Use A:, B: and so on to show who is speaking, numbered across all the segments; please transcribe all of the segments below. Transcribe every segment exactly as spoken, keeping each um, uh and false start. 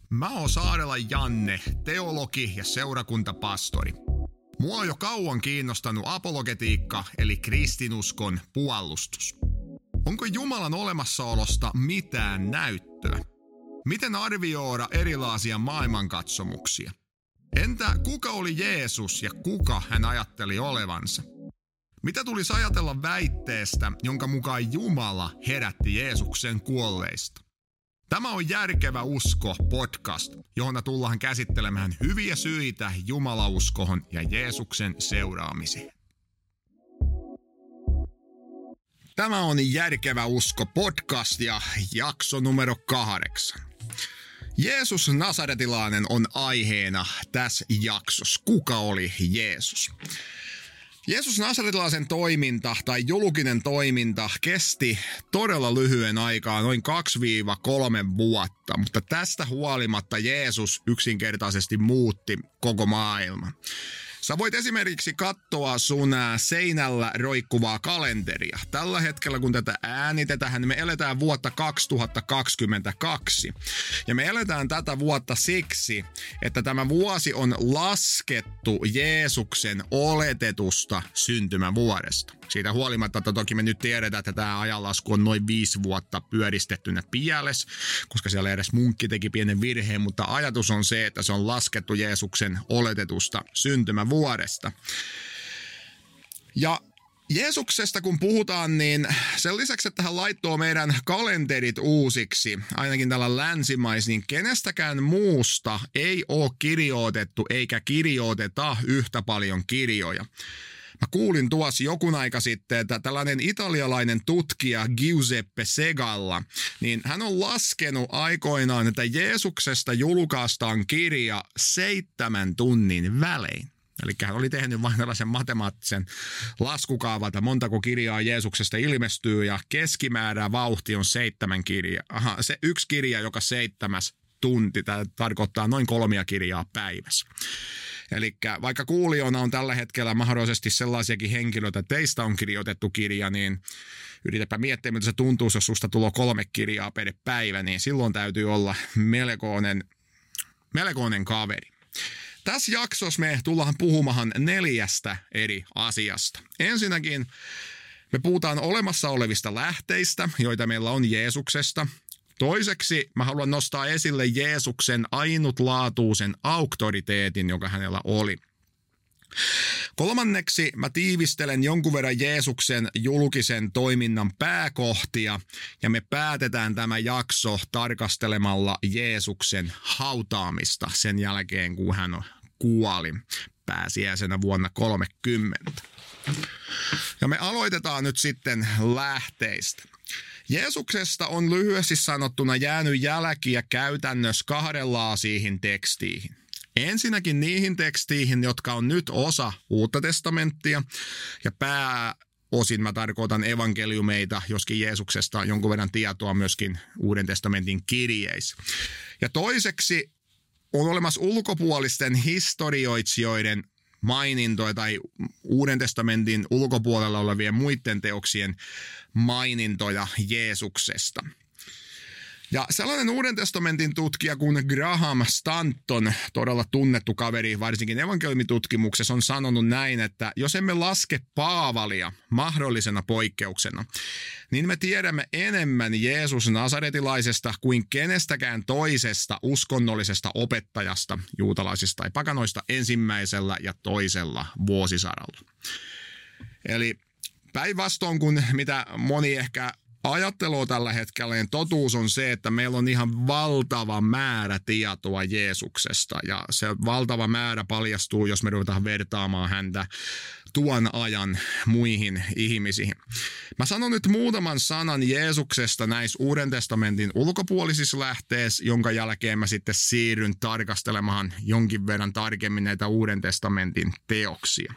A: Mä oon Saarela Janne, teologi ja seurakuntapastori. Mua on jo kauan kiinnostanut apologetiikka eli kristinuskon puolustus. Onko Jumalan olemassaolosta mitään näyttöä? Miten arvioida erilaisia maailmankatsomuksia? Entä kuka oli Jeesus ja kuka hän ajatteli olevansa? Mitä tulisi ajatella väitteestä, jonka mukaan Jumala herätti Jeesuksen kuolleista? Tämä on Järkevä usko podcast, johon tullaan käsittelemään hyviä syitä jumalauskohon ja Jeesuksen seuraamiseen. Tämä on Järkevä usko podcast ja jakso numero kahdeksan. Jeesus Nasaretilainen on aiheena tässä jaksossa. Kuka oli Jeesus? Jeesus Nasaretilaisen toiminta tai julkinen toiminta kesti todella lyhyen aikaa, noin kaksi kolme vuotta, mutta tästä huolimatta Jeesus yksinkertaisesti muutti koko maailman. Sä voit esimerkiksi katsoa sun seinällä roikkuvaa kalenteria. Tällä hetkellä, kun tätä äänitetään, niin me eletään vuotta kaksituhattakaksikymmentäkaksi. Ja me eletään tätä vuotta siksi, että tämä vuosi on laskettu Jeesuksen oletetusta syntymävuodesta. Siitä huolimatta, että toki me nyt tiedetään, että tämä ajanlasku on noin viisi vuotta pyöristettynä pieles, koska siellä edes munkki teki pienen virheen, mutta ajatus on se, että se on laskettu Jeesuksen oletetusta syntymävuodesta. Vuodesta. Ja Jeesuksesta kun puhutaan, niin sen lisäksi, että hän laittoi meidän kalenterit uusiksi, ainakin tällä länsimais, niin kenestäkään muusta ei ole kirjoitettu eikä kirjoiteta yhtä paljon kirjoja. Mä kuulin tuossa jokun aika sitten, että tällainen italialainen tutkija Giuseppe Segalla, niin hän on laskenut aikoinaan, että Jeesuksesta julkaistaan kirja seitsemän tunnin välein. Eli hän oli tehnyt vain tällaisen matemaattisen laskukaavan, että montako kirjaa Jeesuksesta ilmestyy ja keskimäärä vauhti on seitsemän kirjaa. Aha, se yksi kirja joka seitsemäs tunti, tämä tarkoittaa noin kolmia kirjaa päivässä. Eli vaikka kuulijana on tällä hetkellä mahdollisesti sellaisiakin henkilöitä, että teistä on kirjoitettu kirja, niin yritäpä miettiä, mitä se tuntuu, jos susta tulee kolme kirjaa per päivä, niin silloin täytyy olla melkoinen, melkoinen kaveri. Tässä jaksossa me tullaan puhumaan neljästä eri asiasta. Ensinnäkin me puhutaan olemassa olevista lähteistä, joita meillä on Jeesuksesta. Toiseksi mä haluan nostaa esille Jeesuksen ainutlaatuisen auktoriteetin, joka hänellä oli. Kolmanneksi mä tiivistelen jonkun verran Jeesuksen julkisen toiminnan pääkohtia ja me päätetään tämä jakso tarkastelemalla Jeesuksen hautaamista sen jälkeen, kun hän kuoli pääsiäisenä vuonna kolmekymmentä. Ja me aloitetaan nyt sitten lähteistä. Jeesuksesta on lyhyesti sanottuna jäänyt jälkiä käytännössä kahdella asiihin tekstiin. Ensinnäkin niihin teksteihin, jotka on nyt osa Uutta testamenttia ja pääosin mä tarkoitan evankeliumeita, joskin Jeesuksesta on jonkun verran tietoa myöskin Uuden testamentin kirjeissä. Ja toiseksi on olemassa ulkopuolisten historioitsijoiden mainintoja tai Uuden testamentin ulkopuolella olevien muiden teoksien mainintoja Jeesuksesta. Ja sellainen Uuden testamentin tutkija kuin Graham Stanton, todella tunnettu kaveri, varsinkin evankeliumitutkimuksessa, on sanonut näin, että jos emme laske Paavalia mahdollisena poikkeuksena, niin me tiedämme enemmän Jeesus Nasaretilaisesta kuin kenestäkään toisesta uskonnollisesta opettajasta, juutalaisista tai pakanoista, ensimmäisellä ja toisella vuosisadalla. Eli päinvastoin kuin mitä moni ehkä ajattelua tällä hetkellä, niin totuus on se, että meillä on ihan valtava määrä tietoa Jeesuksesta. Ja se valtava määrä paljastuu, jos me ruvetaan vertaamaan häntä tuon ajan muihin ihmisiin. Mä sanon nyt muutaman sanan Jeesuksesta näissä Uuden testamentin ulkopuolisissa lähteissä, jonka jälkeen mä sitten siirryn tarkastelemaan jonkin verran tarkemmin näitä Uuden testamentin teoksia.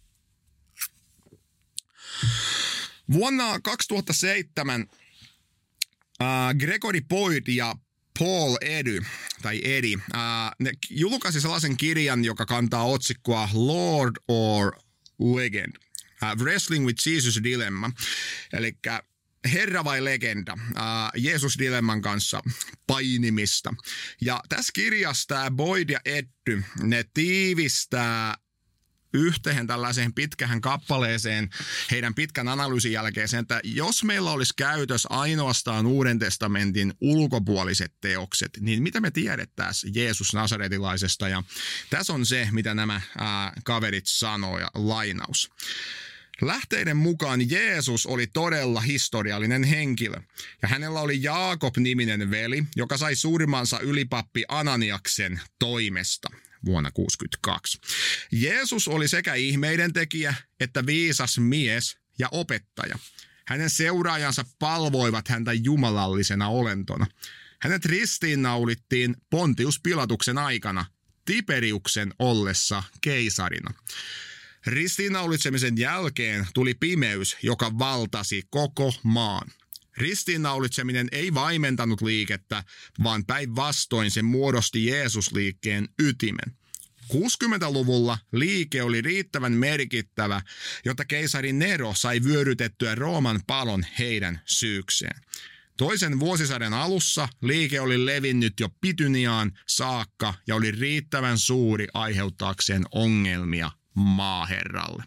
A: Vuonna kaksituhattaseitsemän äh, Gregory Boyd ja Paul Edy, tai Edi, äh, ne julkaisi sellaisen kirjan, joka kantaa otsikkoa Lord or Legend, äh, Wrestling with Jesus Dilemma. Eli herra vai legenda, ää, Jeesus dilemman kanssa painimista. Ja tässä kirjassa tämä Boyd ja Eddy, ne tiivistää yhteen tällaiseen pitkähän kappaleeseen heidän pitkän analyysin jälkeen sen, että jos meillä olisi käytössä ainoastaan Uuden testamentin ulkopuoliset teokset, niin mitä me tiedettäisiin Jeesus Nasaretilaisesta? Ja tässä on se, mitä nämä ää, kaverit sanoo ja lainaus. Lähteiden mukaan Jeesus oli todella historiallinen henkilö, ja hänellä oli Jaakob-niminen veli, joka sai surmansa ylipappi Ananiaksen toimesta vuonna kuusikymmentäkaksi. Jeesus oli sekä ihmeiden tekijä että viisas mies ja opettaja. Hänen seuraajansa palvoivat häntä jumalallisena olentona. Hänet ristiinnaulittiin Pontius Pilatuksen aikana, Tiberiuksen ollessa keisarina. Ristiinnaulitsemisen jälkeen tuli pimeys, joka valtasi koko maan. Ristiinnaulitseminen ei vaimentanut liikettä, vaan päinvastoin se muodosti Jeesusliikkeen ytimen. kuusikymmentäluvulla liike oli riittävän merkittävä, jotta keisari Nero sai vyörytettyä Rooman palon heidän syykseen. Toisen vuosisadan alussa liike oli levinnyt jo Pityniaan saakka ja oli riittävän suuri aiheuttaakseen ongelmia maaherralle.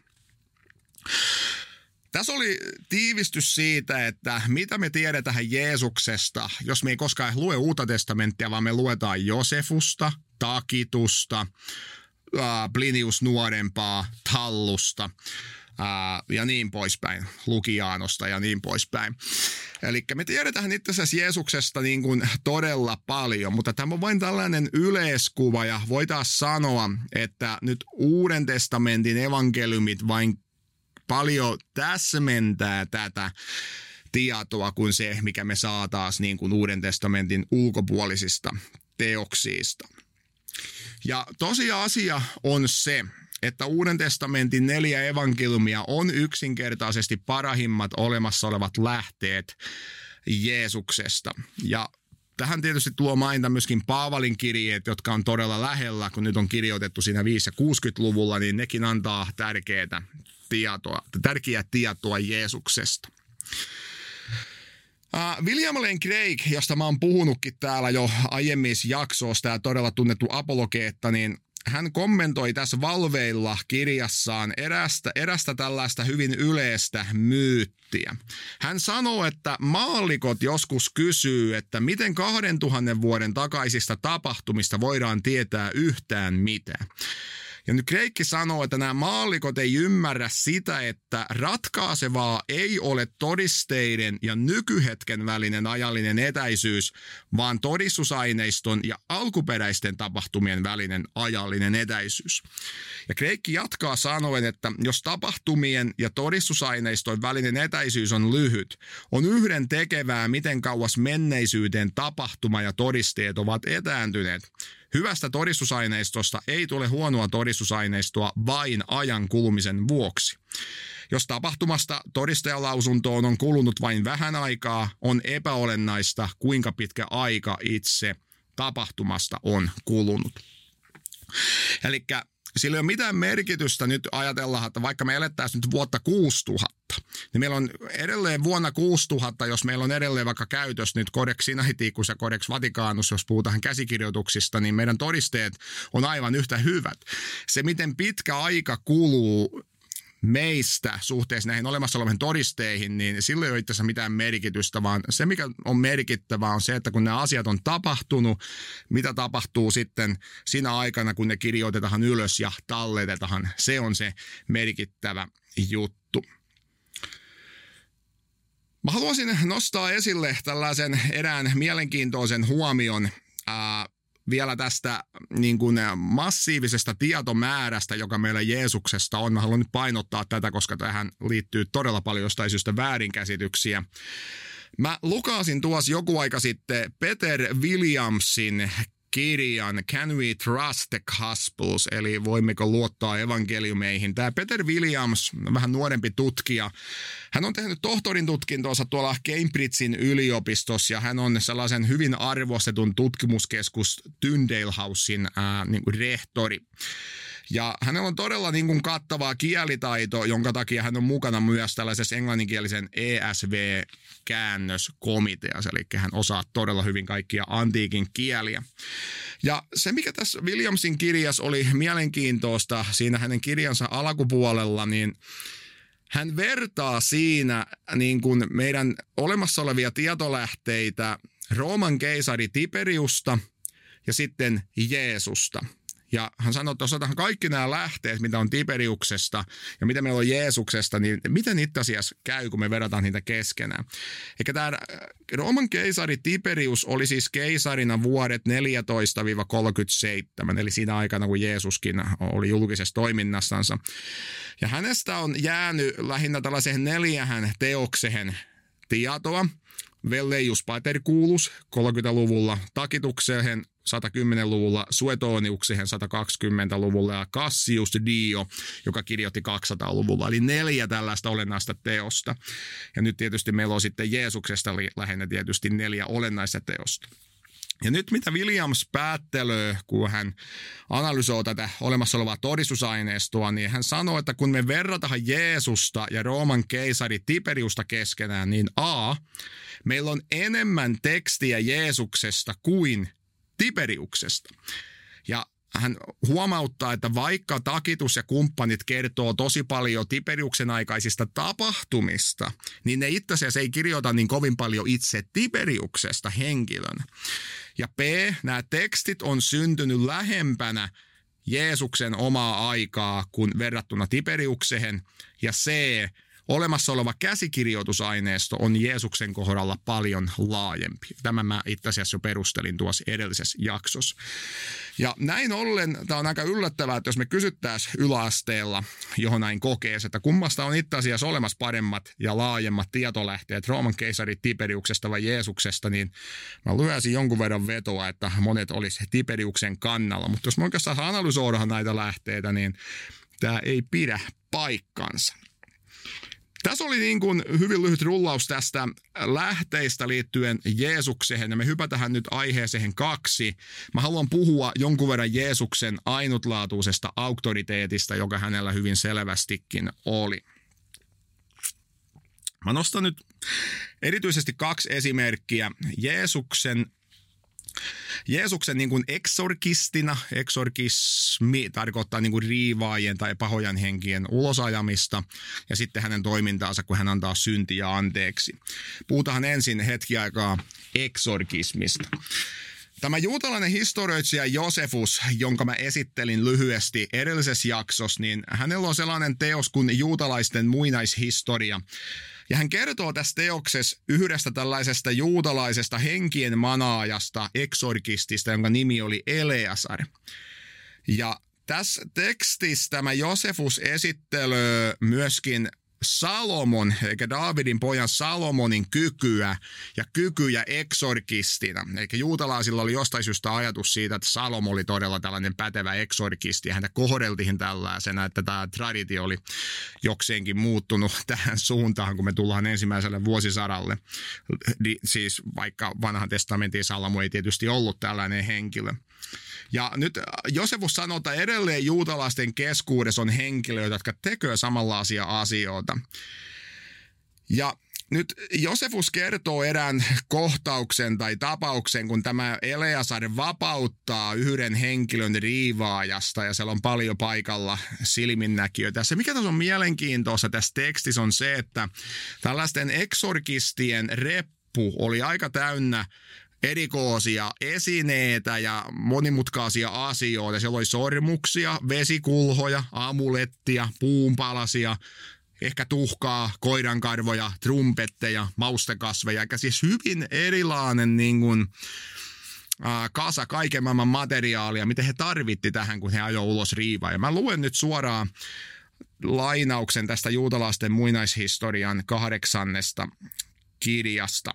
A: Tässä oli tiivistys siitä, että mitä me tiedetään Jeesuksesta, jos me ei koskaan lue Uutta testamenttia, vaan me luetaan Josefusta, Takitusta, Plinius nuorempaa, Tallusta ja niin poispäin, Lukiaanosta ja niin poispäin. Eli me tiedetään itse asiassa Jeesuksesta niin kuin todella paljon, mutta tämä on vain tällainen yleiskuva ja voitaisiin sanoa, että nyt Uuden testamentin evankeliumit vain paljon täsmentää tätä tietoa kuin se, mikä me saataisiin niin kuin Uuden testamentin ulkopuolisista teoksista. Ja tosiasia on se, että Uuden testamentin neljä evankeliumia on yksinkertaisesti parhimmat olemassa olevat lähteet Jeesuksesta. Ja tähän tietysti tuo mainita myöskin Paavalin kirjeet, jotka on todella lähellä, kun nyt on kirjoitettu siinä viisi- ja kuusikymmentäluvulla, niin nekin antaa tärkeää tietoa, tärkeää tietoa Jeesuksesta. Uh, William Lane Craig, josta mä oon puhunutkin täällä jo aiemmissa jaksoissa, tämä todella tunnettu apologeetta, niin hän kommentoi tässä Valveilla kirjassaan erästä, erästä tällaista hyvin yleistä myyttiä. Hän sanoo, että maallikot joskus kysyy, että miten kahdentuhannen vuoden takaisista tapahtumista voidaan tietää yhtään mitään. Ja nyt Craig sanoo, että nämä maallikot ei ymmärrä sitä, että ratkaisevaa ei ole todisteiden ja nykyhetken välinen ajallinen etäisyys, vaan todistusaineiston ja alkuperäisten tapahtumien välinen ajallinen etäisyys. Ja Craig jatkaa sanoen, että jos tapahtumien ja todistusaineiston välinen etäisyys on lyhyt, on yhden tekevää, miten kauas menneisyyteen tapahtuma ja todisteet ovat etääntyneet. Hyvästä todistusaineistosta ei tule huonoa todistusaineistoa vain ajan kulumisen vuoksi. Jos tapahtumasta todistajalausuntoon on kulunut vain vähän aikaa, on epäolennaista, kuinka pitkä aika itse tapahtumasta on kulunut. Elikkä sillä ei ole mitään merkitystä nyt ajatella, että vaikka me elettäisiin nyt vuotta kuusituhatta, niin meillä on edelleen vuonna kuusituhatta, jos meillä on edelleen vaikka käytös nyt Codex Sinaiticus ja Codex Vaticanus, jos puhutaan käsikirjoituksista, niin meidän todisteet on aivan yhtä hyvät. Se, miten pitkä aika kuluu meistä suhteessa näihin olemassa oleviin todisteihin, niin sillä ei ole itse asiassa mitään merkitystä, vaan se, mikä on merkittävää, on se, että kun nämä asiat on tapahtunut, mitä tapahtuu sitten siinä aikana, kun ne kirjoitetaan ylös ja talletetaan, se on se merkittävä juttu. Mä haluaisin nostaa esille tällaisen erään mielenkiintoisen huomion ää, vielä tästä niin kuin massiivisesta tietomäärästä, joka meillä Jeesuksesta on. Mä haluan nyt painottaa tätä, koska tähän liittyy todella paljon jostain syystä väärinkäsityksiä. Mä lukasin tuossa joku aika sitten Peter Williamsin kirjan Can We Trust the Gospels, eli voimmeko luottaa evankeliumeihin. Tämä Peter Williams, vähän nuorempi tutkija, hän on tehnyt tohtorin tutkintonsa tuolla Cambridgein yliopistossa ja hän on sellaisen hyvin arvostetun tutkimuskeskus Tyndale Housein ää, niin kuin rehtori. Ja hänellä on todella niin kuin kattavaa kielitaito, jonka takia hän on mukana myös tällaisessa englanninkielisen E S V-käännöskomiteassa, eli hän osaa todella hyvin kaikkia antiikin kieliä. Ja se, mikä tässä Williamsin kirjassa oli mielenkiintoista siinä hänen kirjansa alkupuolella, niin hän vertaa siinä niin kuin meidän olemassa olevia tietolähteitä Rooman keisari Tiberiusta ja sitten Jeesusta. Ja hän sanoi, että osataan kaikki nämä lähteet, mitä on Tiberiuksesta ja mitä meillä on Jeesuksesta, niin miten itse asiassa käy, kun me verrataan niitä keskenään. Eikä tämä Rooman keisari Tiberius oli siis keisarina vuodet neljätoista kolmekymmentäseitsemän, eli siinä aikana, kun Jeesuskin oli julkisessa toiminnassansa. Ja hänestä on jäänyt lähinnä tällaiseen neljähän teokseen tietoa. Velleius Paterculus kolmekymmentäluvulla, Takitukseen satakymmenluvulla, Suetoniukseen satakaksikymmentäluvulla ja Cassius Dio, joka kirjoitti kaksisataaluvulla. Eli neljä tällaista olennaista teosta. Ja nyt tietysti meillä on sitten Jeesuksesta lähinnä tietysti neljä olennaista teosta. Ja nyt mitä Williams päättelöö, kun hän analysoi tätä olemassa olevaa todistusaineistoa, niin hän sanoo, että kun me verrataan Jeesusta ja Rooman keisari Tiberiusta keskenään, niin A, meillä on enemmän tekstiä Jeesuksesta kuin Tiberiuksesta. Ja hän huomauttaa, että vaikka Takitus ja kumppanit kertoo tosi paljon Tiberiuksen aikaisista tapahtumista, niin ne itse asiassa ei kirjoita niin kovin paljon itse Tiberiuksesta henkilönä. Ja B, nämä tekstit on syntynyt lähempänä Jeesuksen omaa aikaa kuin verrattuna Tiberiukseen. Ja C, olemassa oleva käsikirjoitusaineisto on Jeesuksen kohdalla paljon laajempi. Tämän mä itse asiassa jo perustelin tuossa edellisessä jaksossa. Ja näin ollen tämä on aika yllättävää, että jos me kysyttäisiin yläasteella, johon näin kokee, että kummasta on itse asiassa olemassa paremmat ja laajemmat tietolähteet, Rooman keisari Tiberiuksesta vai Jeesuksesta, niin mä lyöisin jonkun verran vetoa, että monet olisi Tiberiuksen kannalla. Mutta jos me oikeastaan analysoidaan näitä lähteitä, niin tämä ei pidä paikkansa. Tässä oli niin kuin hyvin lyhyt rullaus tästä lähteistä liittyen Jeesukseen, ja me hypätään nyt aiheeseen kaksi. Mä haluan puhua jonkun verran Jeesuksen ainutlaatuisesta auktoriteetista, joka hänellä hyvin selvästikin oli. Mä nostan nyt erityisesti kaksi esimerkkiä Jeesuksen Jeesuksen niin kuin eksorkistina, eksorkismi tarkoittaa niin kuin riivaajien tai pahojen henkien ulosajamista, ja sitten hänen toimintaansa, kun hän antaa syntiä anteeksi. Puhutaan ensin hetki aikaa eksorkismista. Tämä juutalainen historioitsija Josefus, jonka mä esittelin lyhyesti edellisessä jaksossa, niin hänellä on sellainen teos kuin juutalaisten muinaishistoria. Ja hän kertoo tässä teoksessa yhdestä tällaisesta juutalaisesta henkien manaajasta, eksorkistista, jonka nimi oli Eleasar. Ja tässä tekstissä tämä Josefus esittelee myöskin Salomon, eikä Daavidin pojan Salomonin kykyä ja kykyjä eksorkistina. Eikä juutalaisilla oli jostain syystä ajatus siitä, että Salomo oli todella tällainen pätevä eksorkisti ja häntä kohdeltiin tällaisena, että tämä traditio oli jokseenkin muuttunut tähän suuntaan, kun me tullaan ensimmäiselle vuosisadalle. Siis vaikka vanhan testamentin Salomo ei tietysti ollut tällainen henkilö. Ja nyt Josefus sanoo, että edelleen juutalaisten keskuudessa on henkilöitä, jotka tekee samanlaisia asioita. Ja nyt Josefus kertoo erään kohtauksen tai tapauksen, kun tämä Eleasar vapauttaa yhden henkilön riivaajasta ja siellä on paljon paikalla silminnäkijöitä. Se, mikä tässä on mielenkiintoista tässä tekstissä, on se, että tällaisten eksorkistien reppu oli aika täynnä erikoisia esineitä ja monimutkaisia asioita. Siellä oli sormuksia, vesikulhoja, amulettia, puunpalasia, ehkä tuhkaa, koirankarvoja, trumpetteja, maustekasveja. Eikä siis hyvin erilainen niin kuin, äh, kasa kaiken maailman materiaalia, mitä he tarvitti tähän, kun he ajoi ulos riivaa. Ja mä luen nyt suoraan lainauksen tästä juutalaisten muinaishistorian kahdeksannesta kirjasta.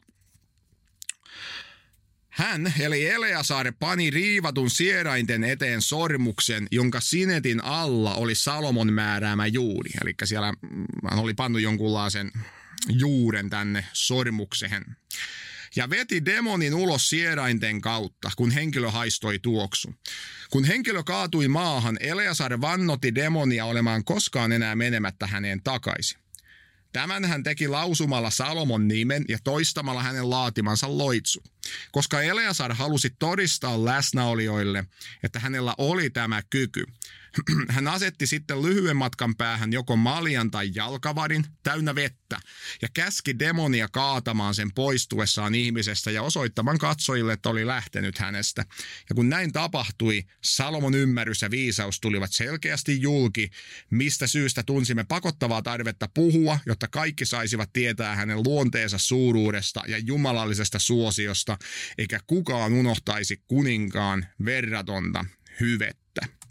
A: Hän, eli Eleasar, pani riivatun sierainten eteen sormuksen, jonka sinetin alla oli Salomon määräämä juuri. Eli siellä hän oli pannut jonkunlaisen juuren tänne sormukseen. ja veti demonin ulos sierainten kautta, kun henkilö haistoi tuoksu. Kun henkilö kaatui maahan, Eleasar vannotti demonia olemaan koskaan enää menemättä häneen takaisin. Tämän hän teki lausumalla Salomon nimen ja toistamalla hänen laatimansa loitsu. Koska Eleasar halusi todistaa läsnäolijoille, että hänellä oli tämä kyky, hän asetti sitten lyhyen matkan päähän joko maljan tai jalkavarin täynnä vettä ja käski demonia kaatamaan sen poistuessaan ihmisestä ja osoittamaan katsojille, että oli lähtenyt hänestä. Ja kun näin tapahtui, Salomon ymmärrys ja viisaus tulivat selkeästi julki, mistä syystä tunsimme pakottavaa tarvetta puhua, jotta kaikki saisivat tietää hänen luonteensa suuruudesta ja jumalallisesta suosiosta, eikä kukaan unohtaisi kuninkaan verratonta hyvettä.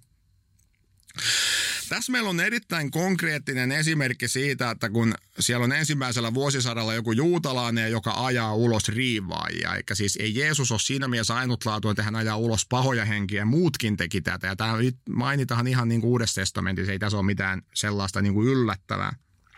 A: Tässä meillä on erittäin konkreettinen esimerkki siitä, että kun siellä on ensimmäisellä vuosisadalla joku juutalainen, joka ajaa ulos riivaajia, eikä siis ei Jeesus ole siinä mielessä ainutlaatu, että hän ajaa ulos pahoja henkiä, ja muutkin teki tätä. Ja tämä mainitaan ihan niin kuin Uudessa testamentissa, ei tässä ole mitään sellaista niin kuin yllättävää.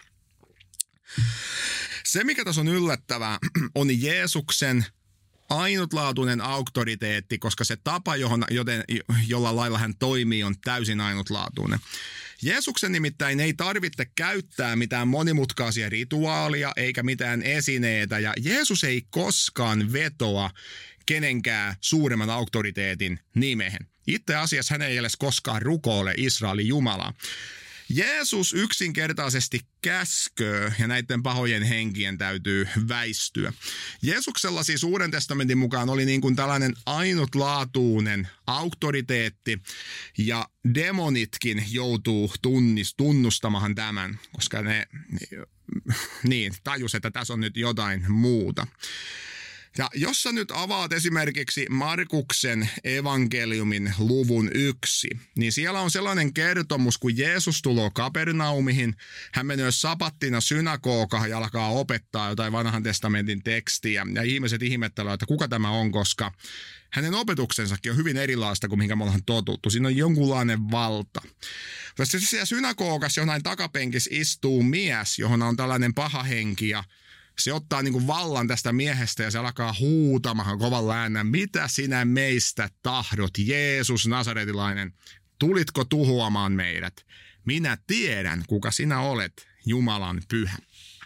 A: Se, mikä tässä on yllättävää, on Jeesuksen ainutlaatuinen auktoriteetti, koska se tapa, johon, joten, jolla lailla hän toimii, on täysin ainutlaatuinen. Jeesuksen nimittäin ei tarvitse käyttää mitään monimutkaisia rituaalia eikä mitään esineitä, ja Jeesus ei koskaan vetoa kenenkään suuremman auktoriteetin nimehen. Itse asiassa hän ei edes koskaan rukoile Israelin Jumalaa. Jeesus yksinkertaisesti käskee ja näiden pahojen henkien täytyy väistyä. Jeesuksella siis Uuden testamentin mukaan oli niin kuin tällainen ainutlaatuinen auktoriteetti ja demonitkin joutuu tunnis, tunnustamaan tämän, koska ne niin, tajus, että tässä on nyt jotain muuta. Ja jos sä nyt avaat esimerkiksi Markuksen evankeliumin luvun yksi, niin siellä on sellainen kertomus, kun Jeesus tulee Kapernaumihin, hän menee sapattina synagogaan ja alkaa opettaa jotain vanhan testamentin tekstiä, ja ihmiset ihmettelevät, että kuka tämä on, koska hänen opetuksensakin on hyvin erilaista kuin mihinkä me ollaan totuttu. Siinä on jonkunlainen valta. Tässä siellä synagogassa jonain takapenkissä istuu mies, johon on tällainen paha henki, ja se ottaa niin kuin vallan tästä miehestä ja se alkaa huutamahan kovan äänen, mitä sinä meistä tahdot, Jeesus Nasaretilainen, tulitko tuhoamaan meidät? Minä tiedän, kuka sinä olet, Jumalan pyhä.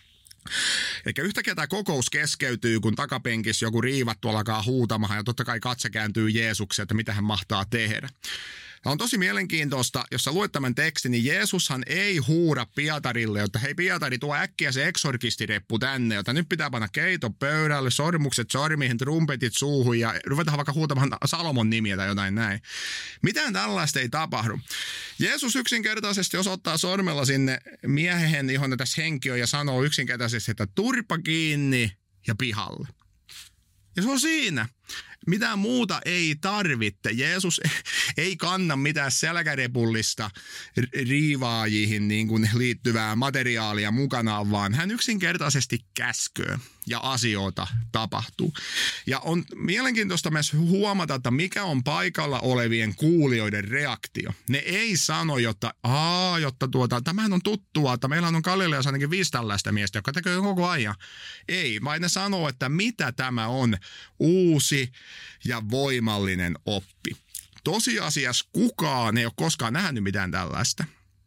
A: Eikä yhtäkkiä tämä kokous keskeytyy, kun takapenkissä joku riivattu alkaa huutamahan ja totta kai katse kääntyy Jeesukseen, että mitä hän mahtaa tehdä. Tämä on tosi mielenkiintoista, jos sä luet tämän tekstin, niin Jeesushan ei huuda Pietarille, että hei Pietari, tuo äkkiä se eksorkistireppu tänne, jota nyt pitää panna keito pöydälle, sormukset sormiin, trumpetit suuhun ja ruvetaan vaikka huutamaan Salomon nimiä tai jotain näin. Mitään tällaista ei tapahdu. Jeesus yksinkertaisesti osoittaa sormella sinne miehen, johon tässä henki on, ja sanoo yksinkertaisesti, että turpa kiinni ja pihalle. Ja se on siinä. Mitään muuta ei tarvitse. Jeesus ei kanna mitään selkärepullista riivaajiin niin kuin liittyvää materiaalia mukanaan, vaan hän yksinkertaisesti käskee ja asioita tapahtuu. Ja on mielenkiintoista myös huomata, että mikä on paikalla olevien kuulijoiden reaktio. Ne ei sano, jotta, aa, jotta tuota, tämähän on tuttua, että meillä on Galileassa ainakin viisi tällaista miestä, jotka tekee koko ajan. Ei, vaan ne sanoo, että mitä tämä on uusi ja voimallinen oppi. Tosiasiassa kukaan ei ole koskaan nähnyt mitään tällaista.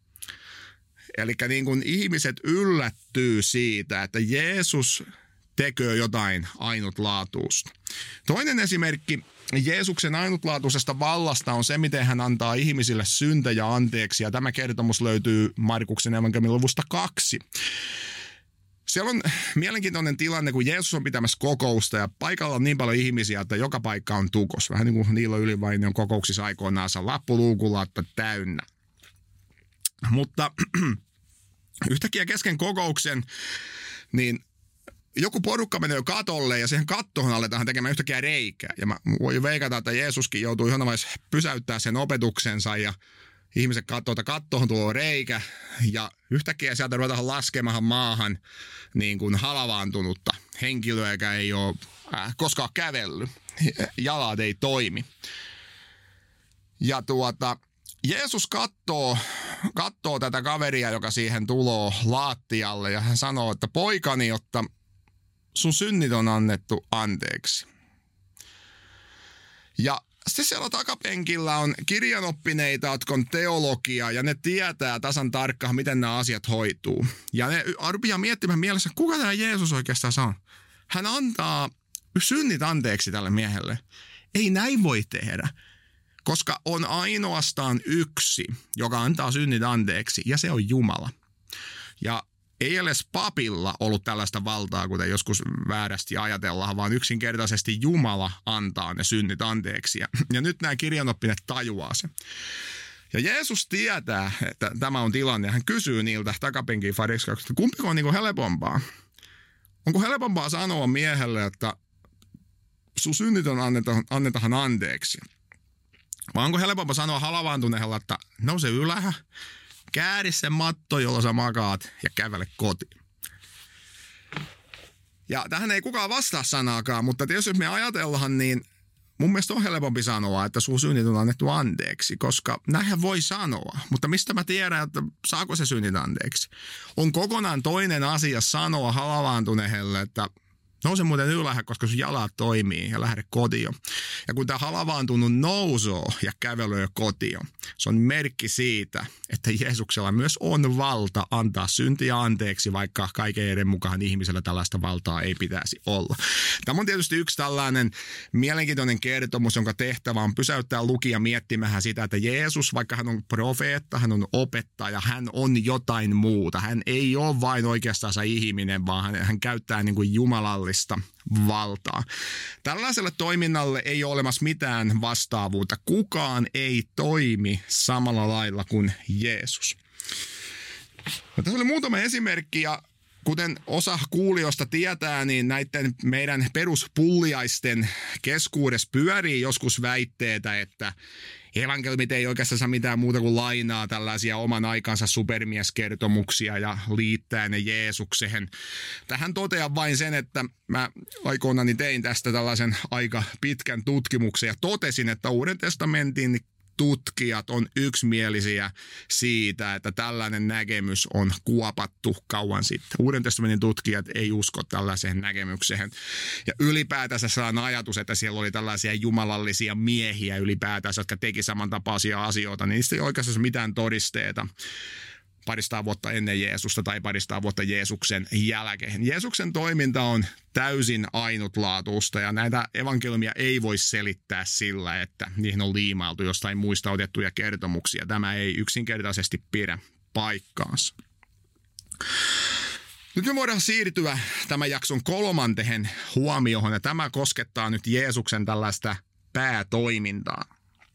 A: Eli niin kuin ihmiset yllättyy siitä, että Jeesus tekee jotain ainutlaatuista. Toinen esimerkki Jeesuksen ainutlaatuisesta vallasta on se, miten hän antaa ihmisille syntejä anteeksi. Ja tämä kertomus löytyy Markuksen evankeliumin luvusta kaksi. Siellä on mielenkiintoinen tilanne, kun Jeesus on pitämässä kokousta ja paikalla on niin paljon ihmisiä, että joka paikka on tukos. Vähän niin kuin Niilo Ylivainion kokouksissa aikoinaan lappuluukulla, että täynnä. Mutta yhtäkkiä kesken kokouksen, niin joku porukka menee katolle ja siihen kattoon aletaan tekemään yhtäkkiä reikää. Ja mä voin veikata, että Jeesuskin joutuu ihan vaiheessa pysäyttää sen opetuksensa ja ihmiset katsoo, että kattoon tuo reikä ja yhtäkkiä sieltä ruvetaan laskemaan maahan niin kuin halavaantunutta henkilöä, joka ei ole äh, koskaan kävellyt. Jalat ei toimi. Ja tuota, Jeesus katsoo, katsoo tätä kaveria, joka siihen tulee laattialle ja hän sanoo, että poikani, jotta sun synnit on annettu anteeksi. Ja sitten siellä takapenkillä on kirjanoppineita, jotka on teologia, ja ne tietää tasan tarkkaan, miten nämä asiat hoituu. Ja ne rupeaa miettimään mielessä, kuka tämä Jeesus oikeastaan on. Hän antaa synnit anteeksi tälle miehelle. Ei näin voi tehdä, koska on ainoastaan yksi, joka antaa synnit anteeksi, ja se on Jumala. Ja ei edes papilla ollut tällaista valtaa, kuten joskus väärästi ajatellaan, vaan yksinkertaisesti Jumala antaa ne synnit anteeksi. Ja, ja nyt nämä kirjanoppineet tajuaa se. Ja Jeesus tietää, että tämä on tilanne. Hän kysyy niiltä takapenkin fariseuksilta, että kumpiko on niin kuin helpompaa? Onko helpompaa sanoa miehelle, että sun synnit on anneta, annetahan anteeksi? Vai onko helpompaa sanoa halavaantuneella, että nouse ylhäällä? Kääri se matto, jolla sä makaat, ja kävele kotiin. Ja tähän ei kukaan vastaa sanaakaan, mutta tietysti jos me ajatellaan, niin mun mielestä on helpompi sanoa, että sun synnit on annettu anteeksi, koska näinhän voi sanoa. Mutta mistä mä tiedän, että saako se synnit anteeksi? On kokonaan toinen asia sanoa halavaantuneelle, että nouse muuten ylhäällä, koska sun jalat toimii ja lähde kotiin. Ja kun tämä halavaantunut nousoo ja kävelee kotiin, se on merkki siitä, että Jeesuksella myös on valta antaa syntiä anteeksi, vaikka kaiken eden mukaan ihmisellä tällaista valtaa ei pitäisi olla. Tämä on tietysti yksi tällainen mielenkiintoinen kertomus, jonka tehtävä on pysäyttää lukija miettimään sitä, että Jeesus, vaikka hän on profeetta, hän on opettaja, hän on jotain muuta. Hän ei ole vain oikeastaan ihminen, vaan hän, hän käyttää niin kuin jumalallista valtaa. Tällaiselle toiminnalle ei ole olemassa mitään vastaavuutta. Kukaan ei toimi samalla lailla kuin Jeesus. No, tässä oli muutama esimerkki, ja kuten osa kuulijoista tietää, niin näiden meidän peruspulliaisten keskuudessa pyörii joskus väitteitä, että evankeliumit ei oikeastaan saa mitään muuta kuin lainaa tällaisia oman aikansa supermieskertomuksia ja liittää ne Jeesukseen. Tähän totean vain sen, että mä aikoinani tein tästä tällaisen aika pitkän tutkimuksen ja totesin, että Uuden testamentin tutkijat on yksimielisiä siitä, että tällainen näkemys on kuopattu kauan sitten. Uuden testamentin tutkijat ei usko tällaiseen näkemykseen. Ja ylipäätänsä sellainen ajatus, että siellä oli tällaisia jumalallisia miehiä ylipäätänsä, jotka teki samantapaisia asioita, niin niistä ei oikeastaan mitään todisteita paristaa vuotta ennen Jeesusta tai paristaa vuotta Jeesuksen jälkeen. Jeesuksen toiminta on täysin ainutlaatuista ja näitä evankeliumia ei voi selittää sillä, että niihin on liimailtu jostain muista otettuja kertomuksia. Tämä ei yksinkertaisesti pidä paikkaansa. Nyt me voidaan siirtyä tämän jakson kolmanteen huomioon ja tämä koskettaa nyt Jeesuksen tällaista päätoimintaa.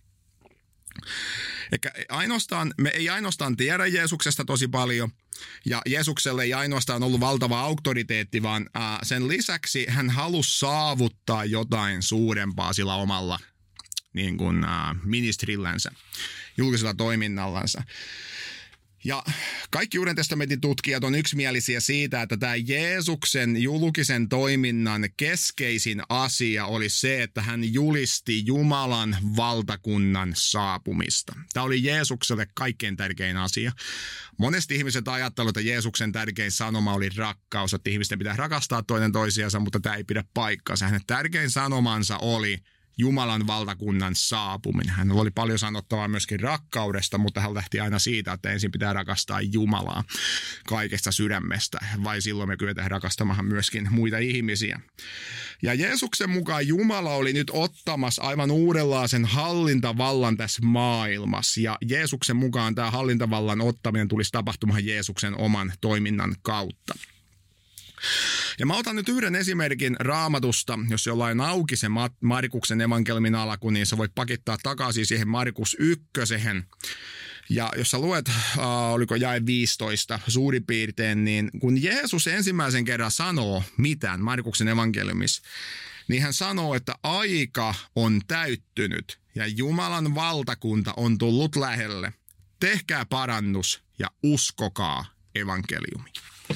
A: Eikä ainoastaan, me ei ainoastaan tiedä Jeesuksesta tosi paljon, ja Jeesukselle ei ainoastaan ollut valtava auktoriteetti, vaan äh, sen lisäksi hän halusi saavuttaa jotain suurempaa sillä omalla niin kuin, äh, ministrillänsä, julkisella toiminnallansa. Ja kaikki Uuden testamentin tutkijat on yksimielisiä siitä, että tämä Jeesuksen julkisen toiminnan keskeisin asia oli se, että hän julisti Jumalan valtakunnan saapumista. Tämä oli Jeesukselle kaikkein tärkein asia. Monesti ihmiset ajattelevat, että Jeesuksen tärkein sanoma oli rakkaus, että ihmisten pitää rakastaa toinen toisiansa, mutta tämä ei pidä paikkaansa. Hänen tärkein sanomansa oli Jumalan valtakunnan saapuminen. Hän oli paljon sanottavaa myöskin rakkaudesta, mutta hän lähti aina siitä, että ensin pitää rakastaa Jumalaa kaikesta sydämestä. Vai silloin me kyetään rakastamaan myöskin muita ihmisiä. Ja Jeesuksen mukaan Jumala oli nyt ottamassa aivan uudenlaisen hallintavallan tässä maailmassa. Ja Jeesuksen mukaan tämä hallintavallan ottaminen tulisi tapahtumaan Jeesuksen oman toiminnan kautta. Ja mä otan nyt yhden esimerkin Raamatusta, jos jollain auki se Markuksen evankeliumin alku, niin sä voit pakittaa takaisin siihen Markus ykkösehen. Ja jos sä luet, äh, oliko jae viisitoista suurin piirtein, niin kun Jeesus ensimmäisen kerran sanoo mitään Markuksen evankeliumissa, niin hän sanoo, että aika on täyttynyt ja Jumalan valtakunta on tullut lähelle. Tehkää parannus ja uskokaa evankeliumi.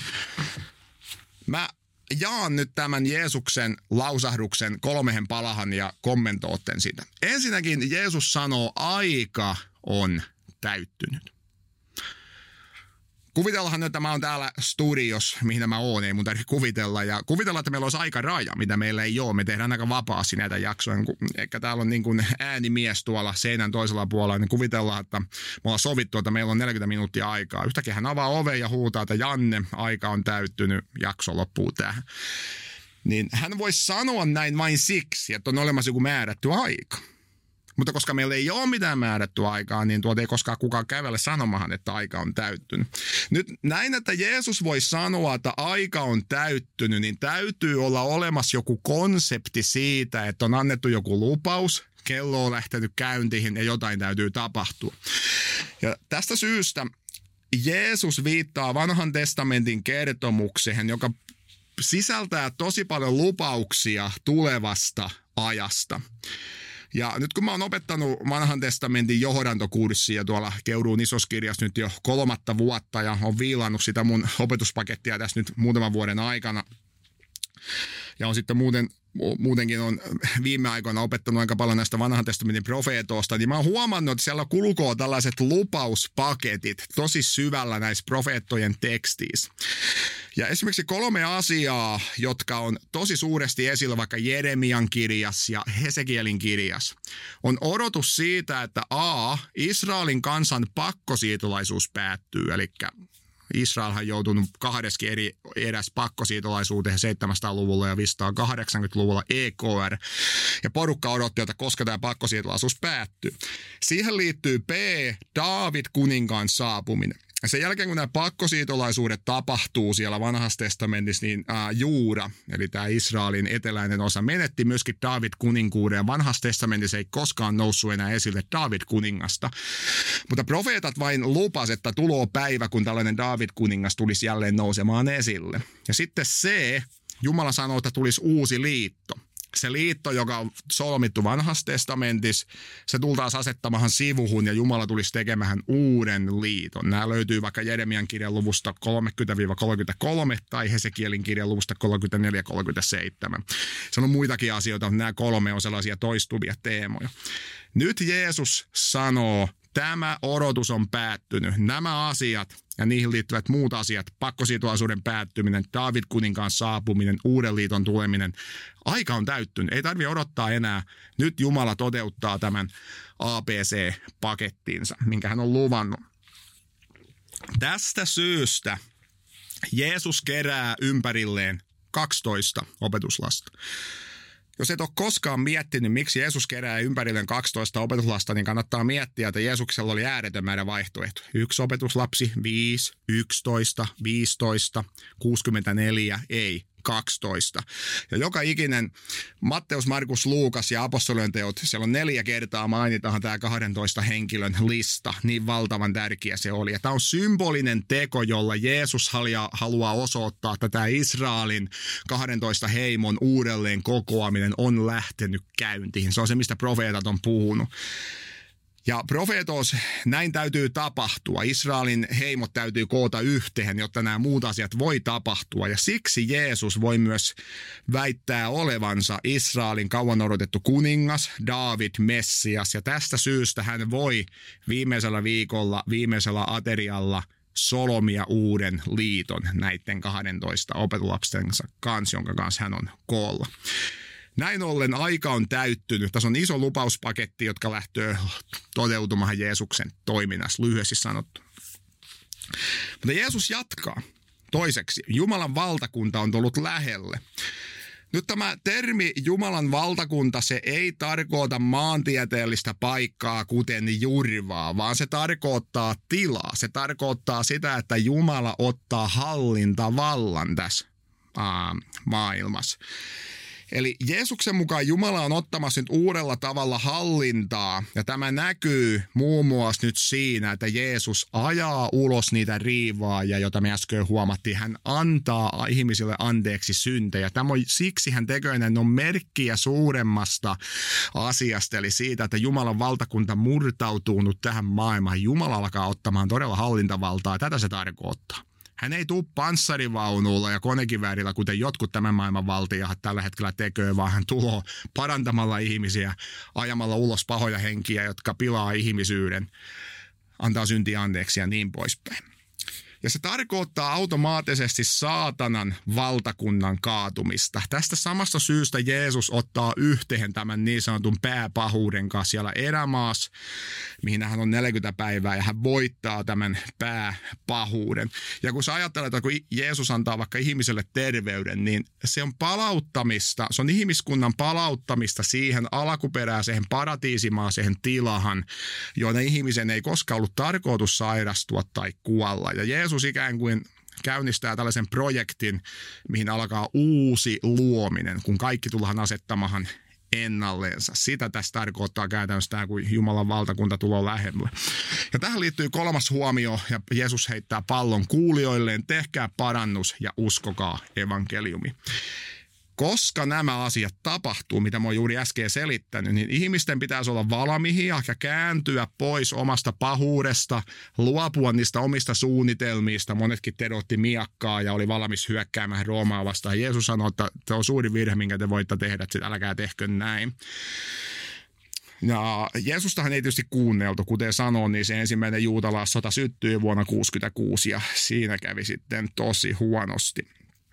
A: Mä jaan nyt tämän Jeesuksen lausahduksen kolmehen palahan ja kommentootten sitä. Ensinnäkin Jeesus sanoo, aika on täyttynyt. kuvitellaanhan, että mä oon täällä studios, mihin mä oon, ei mun tarvitse kuvitella. Ja kuvitella, että meillä olisi aika raja, mitä meillä ei ole. Me tehdään aika vapaasti näitä jaksoja. Eikä täällä on niin kuin äänimies tuolla seinän toisella puolella, niin kuvitellaan, että me ollaan sovittu, että meillä on neljäkymmentä minuuttia aikaa. Yhtäkkiä hän avaa oven ja huutaa, että Janne, aika on täyttynyt, jakso loppuu tähän. Niin hän voisi sanoa näin vain siksi, että on olemassa joku määrätty aika. Mutta koska meillä ei ole mitään määrättyä aikaa, niin tuota ei koskaan kukaan kävele sanomahan, että aika on täyttynyt. Nyt näin, että Jeesus voi sanoa, että aika on täyttynyt, niin täytyy olla olemassa joku konsepti siitä, että on annettu joku lupaus, kello on lähtenyt käyntiin ja jotain täytyy tapahtua. Ja tästä syystä Jeesus viittaa vanhan testamentin kertomukseen, joka sisältää tosi paljon lupauksia tulevasta ajasta. Ja nyt kun mä oon opettanut vanhan testamentin johdantokurssia tuolla Keuruun isoskirjassa nyt jo kolmatta vuotta ja on viilannut sitä mun opetuspakettia tässä nyt muutaman vuoden aikana. Ja on sitten muuten, muutenkin on viime aikoina opettanut aika paljon näistä vanhan testamentin profeetoista, niin mä oon huomannut, että siellä kulkoo tällaiset lupauspaketit tosi syvällä näissä profeettojen teksteissä. Ja esimerkiksi kolme asiaa, jotka on tosi suuresti esillä vaikka Jeremian kirjassa ja Hesekielin kirjassa, on odotus siitä, että A, Israelin kansan pakkosiirtolaisuus päättyy, eli Israelhan on joutunut kahdeskin eri eräs pakkosiirtolaisuuteen seitsemänsataa-luvulla ja viisitoistakahdeksankymmentäluvulla E K R. Ja porukka odotti, että koska tämä pakkosiirtolaisuus päättyy. Siihen liittyy B, Daavid kuninkaan saapuminen. Ja sen jälkeen, kun nämä pakkosiirtolaisuudet tapahtuu siellä vanhassa testamentissa, niin ää, Juuda, eli tämä Israelin eteläinen osa, menetti myöskin Daavid kuninkuuden. Ja vanhassa testamentissa ei koskaan noussut enää esille Daavid kuningasta. Mutta profeetat vain lupas, että tuloo päivä, kun tällainen Daavid kuningas tulisi jälleen nousemaan esille. Ja sitten C, Jumala sanoo, että tulisi uusi liitto. Se liitto, joka on solmittu vanhassa testamentissa, se tultaisiin asettamahan sivuhun ja Jumala tulisi tekemään uuden liiton. Nämä löytyy vaikka Jeremian kirjan luvusta kolmekymmentä kolmekymmentäkolme tai Hesekielin kirjan luvusta kolmekymmentäneljä kolmekymmentäseitsemän. Se on muitakin asioita, mutta nämä kolme on sellaisia toistuvia teemoja. Nyt Jeesus sanoo, tämä odotus on päättynyt. Nämä asiat ja niihin liittyvät muut asiat, pakkosiirtolaisuuden päättyminen, Daavid kuninkaan saapuminen, uuden liiton tuleminen, aika on täyttynyt. Ei tarvitse odottaa enää. Nyt Jumala toteuttaa tämän A B C-pakettinsa, minkä hän on luvannut. Tästä syystä Jeesus kerää ympärilleen kaksitoista opetuslasta. Jos et ole koskaan miettinyt, miksi Jeesus kerää ympärilleen kaksitoista opetuslasta, niin kannattaa miettiä, että Jeesuksella oli ääretön määrä vaihtoehtoja. Yksi opetuslapsi, viisi, yksitoista, viisitoista, kuusikymmentäneljä, ei, kaksitoista. Ja joka ikinen Matteus, Markus, Luukas ja apostolien teot, siellä on neljä kertaa mainitaan tämä kahdentoista henkilön lista. Niin valtavan tärkeä se oli. Ja tämä on symbolinen teko, jolla Jeesus haluaa osoittaa, että tämä Israelin kahdentoista heimon uudelleen kokoaminen on lähtenyt käyntiin. Se on se, mistä profeetat on puhunut. Ja profeetos, näin täytyy tapahtua. Israelin heimot täytyy koota yhteen, jotta nämä muut asiat voi tapahtua. Ja siksi Jeesus voi myös väittää olevansa Israelin kauan odotettu kuningas, Daavid, Messias. Ja tästä syystä hän voi viimeisellä viikolla, viimeisellä aterialla solmia uuden liiton näiden kahdentoista opetuslapsensa kanssa, jonka kanssa hän on koolla. Näin ollen aika on täyttynyt. Tässä on iso lupauspaketti, jotka lähtee toteutumaan Jeesuksen toiminnassa, lyhyesti sanottu. Mutta Jeesus jatkaa. Toiseksi, Jumalan valtakunta on tullut lähelle. Nyt tämä termi Jumalan valtakunta, se ei tarkoita maantieteellistä paikkaa, kuten Jurvaa, vaan se tarkoittaa tilaa. Se tarkoittaa sitä, että Jumala ottaa hallintavallan tässä ää, maailmassa. Eli Jeesuksen mukaan Jumala on ottamassa nyt uudella tavalla hallintaa, ja tämä näkyy muun muassa nyt siinä, että Jeesus ajaa ulos niitä riivaajia, jota me äsken huomattiin. Hän antaa ihmisille anteeksi syntejä. Tämä on, siksi hän tekee näin, on merkkiä suuremmasta asiasta, eli siitä, että Jumalan valtakunta murtautuu nyt tähän maailmaan. Jumala alkaa ottamaan todella hallintavaltaa, tätä se tarkoittaa. Hän ei tule panssarivaunulla ja konekiväärillä, kuten jotkut tämän maailman valtiahat tällä hetkellä tekee, vaan hän tulee parantamalla ihmisiä, ajamalla ulos pahoja henkiä, jotka pilaa ihmisyyden, antaa syntiä anteeksi ja niin poispäin. Ja se tarkoittaa automaattisesti saatanan valtakunnan kaatumista. Tästä samasta syystä Jeesus ottaa yhteen tämän niin sanotun pääpahuuden kanssa siellä erämaassa, mihin hän on neljäkymmentä päivää, ja hän voittaa tämän pääpahuuden. Ja kun sä ajattelet, että kun Jeesus antaa vaikka ihmiselle terveyden, niin se on palauttamista, se on ihmiskunnan palauttamista siihen alkuperäiseen paratiisimaaseen tilahan, joiden ihmisen ei koskaan ollut tarkoitus sairastua tai kuolla. Ja Jeesus ikään kuin käynnistää tällaisen projektin, mihin alkaa uusi luominen, kun kaikki tullaan asettamahan ennalleensa. Sitä tässä tarkoittaa käytännössä tämä, kun Jumalan valtakunta tulee lähemmälle. Ja tähän liittyy kolmas huomio, ja Jeesus heittää pallon kuulijoilleen: tehkää parannus ja uskokaa evankeliumi. Koska nämä asiat tapahtuu, mitä mä oon juuri äsken selittänyt, niin ihmisten pitäisi olla valmiita ja kääntyä pois omasta pahuudesta, luopua niistä omista suunnitelmista. Monetkin tedotti miakkaa ja oli valmis hyökkäämään Roomaa vastaan. Jeesus sanoi, että se on suuri virhe, minkä te voitte tehdä, että älkää tehkö näin. Ja Jeesustahan ei tietysti kuunneltu, kuten sanoin, niin se ensimmäinen juutalaassota syttyi vuonna kuusikymmentäkuusi ja siinä kävi sitten tosi huonosti.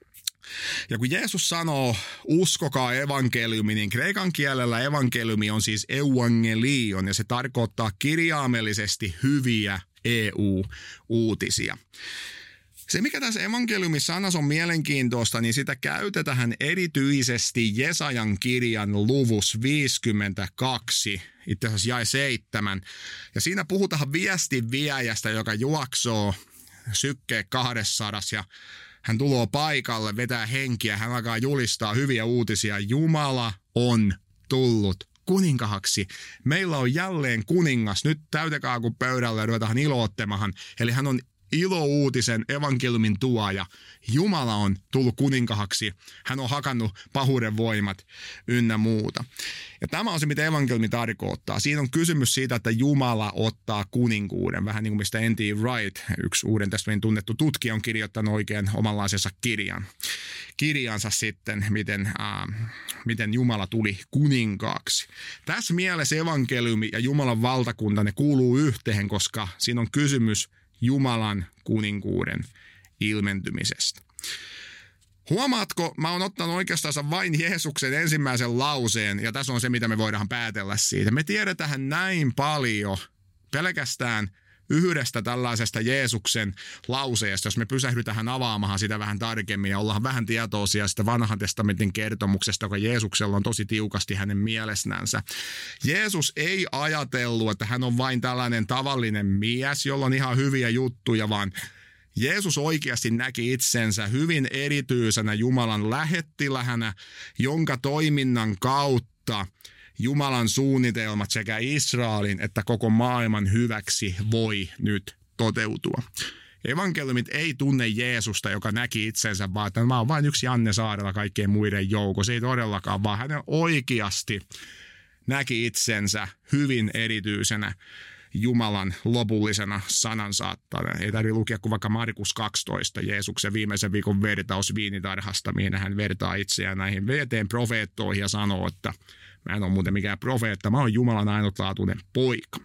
A: Ja kun Jeesus sanoo, uskokaa evankeliumi, niin kreikan kielellä evankeliumi on siis euangelion, ja se tarkoittaa kirjaimellisesti hyviä E U-uutisia. Se, mikä tässä evankeliumisanassa on mielenkiintoista, niin sitä käytetään erityisesti Jesajan kirjan luvus viisikymmentäkaksi, itse asiassa jae seitsemän. Ja siinä puhutaan viestin viejästä, joka juoksoo sykkeen kahdessadas ja hän tulee paikalle, vetää henkiä, hän alkaa julistaa hyviä uutisia. Jumala on tullut kuninkahaksi. Meillä on jälleen kuningas. Nyt täytäkää kun pöydälle ja ruvetaan iloottemahan. Eli hän on ilouutisen evankeliumin tuoja. Jumala on tullut kuninkahaksi. Hän on hakannut pahuuden voimat ynnä muuta. Ja tämä on se, mitä evankeliumi tarkoittaa. Siinä on kysymys siitä, että Jumala ottaa kuninkuuden. Vähän niin kuin mistä N T Wright, yksi Uuden testamentin tunnettu tutkija, on kirjoittanut oikein omanlaisensa kirjan. Kirjansa sitten, miten, äh, miten Jumala tuli kuninkaaksi. Tässä mielessä evankeliumi ja Jumalan valtakunta, ne kuuluu yhteen, koska siinä on kysymys Jumalan kuninkuuden ilmentymisestä. Huomaatko, mä oon ottanut oikeastaan vain Jeesuksen ensimmäisen lauseen, ja tässä on se, mitä me voidaan päätellä siitä. Me tiedetään näin paljon pelkästään yhdestä tällaisesta Jeesuksen lauseesta, jos me pysähdytään avaamaan sitä vähän tarkemmin ja ollaan vähän tietoisia sitä vanhan testamentin kertomuksesta, joka Jeesuksella on tosi tiukasti hänen mielessänsä. Jeesus ei ajatellut, että hän on vain tällainen tavallinen mies, jolla on ihan hyviä juttuja, vaan Jeesus oikeasti näki itsensä hyvin erityisenä Jumalan lähettilähänä, jonka toiminnan kautta Jumalan suunnitelmat sekä Israelin että koko maailman hyväksi voi nyt toteutua. Evankeliumit ei tunne Jeesusta, joka näki itsensä vaan, että mä oon vain yksi Janne Saarella kaikkien muiden joukossa. Ei todellakaan, vaan hän oikeasti näki itsensä hyvin erityisenä Jumalan lopullisena sanansaattajana. Ei tarvitse lukea kuin vaikka Markus kaksitoista, Jeesuksen viimeisen viikon vertaus viinitarhasta, mihin hän vertaa itseään näihin veteen profeettoihin ja sanoo, että mä en ole muuten mikään profeetta, mä oon Jumalan ainutlaatuinen poika.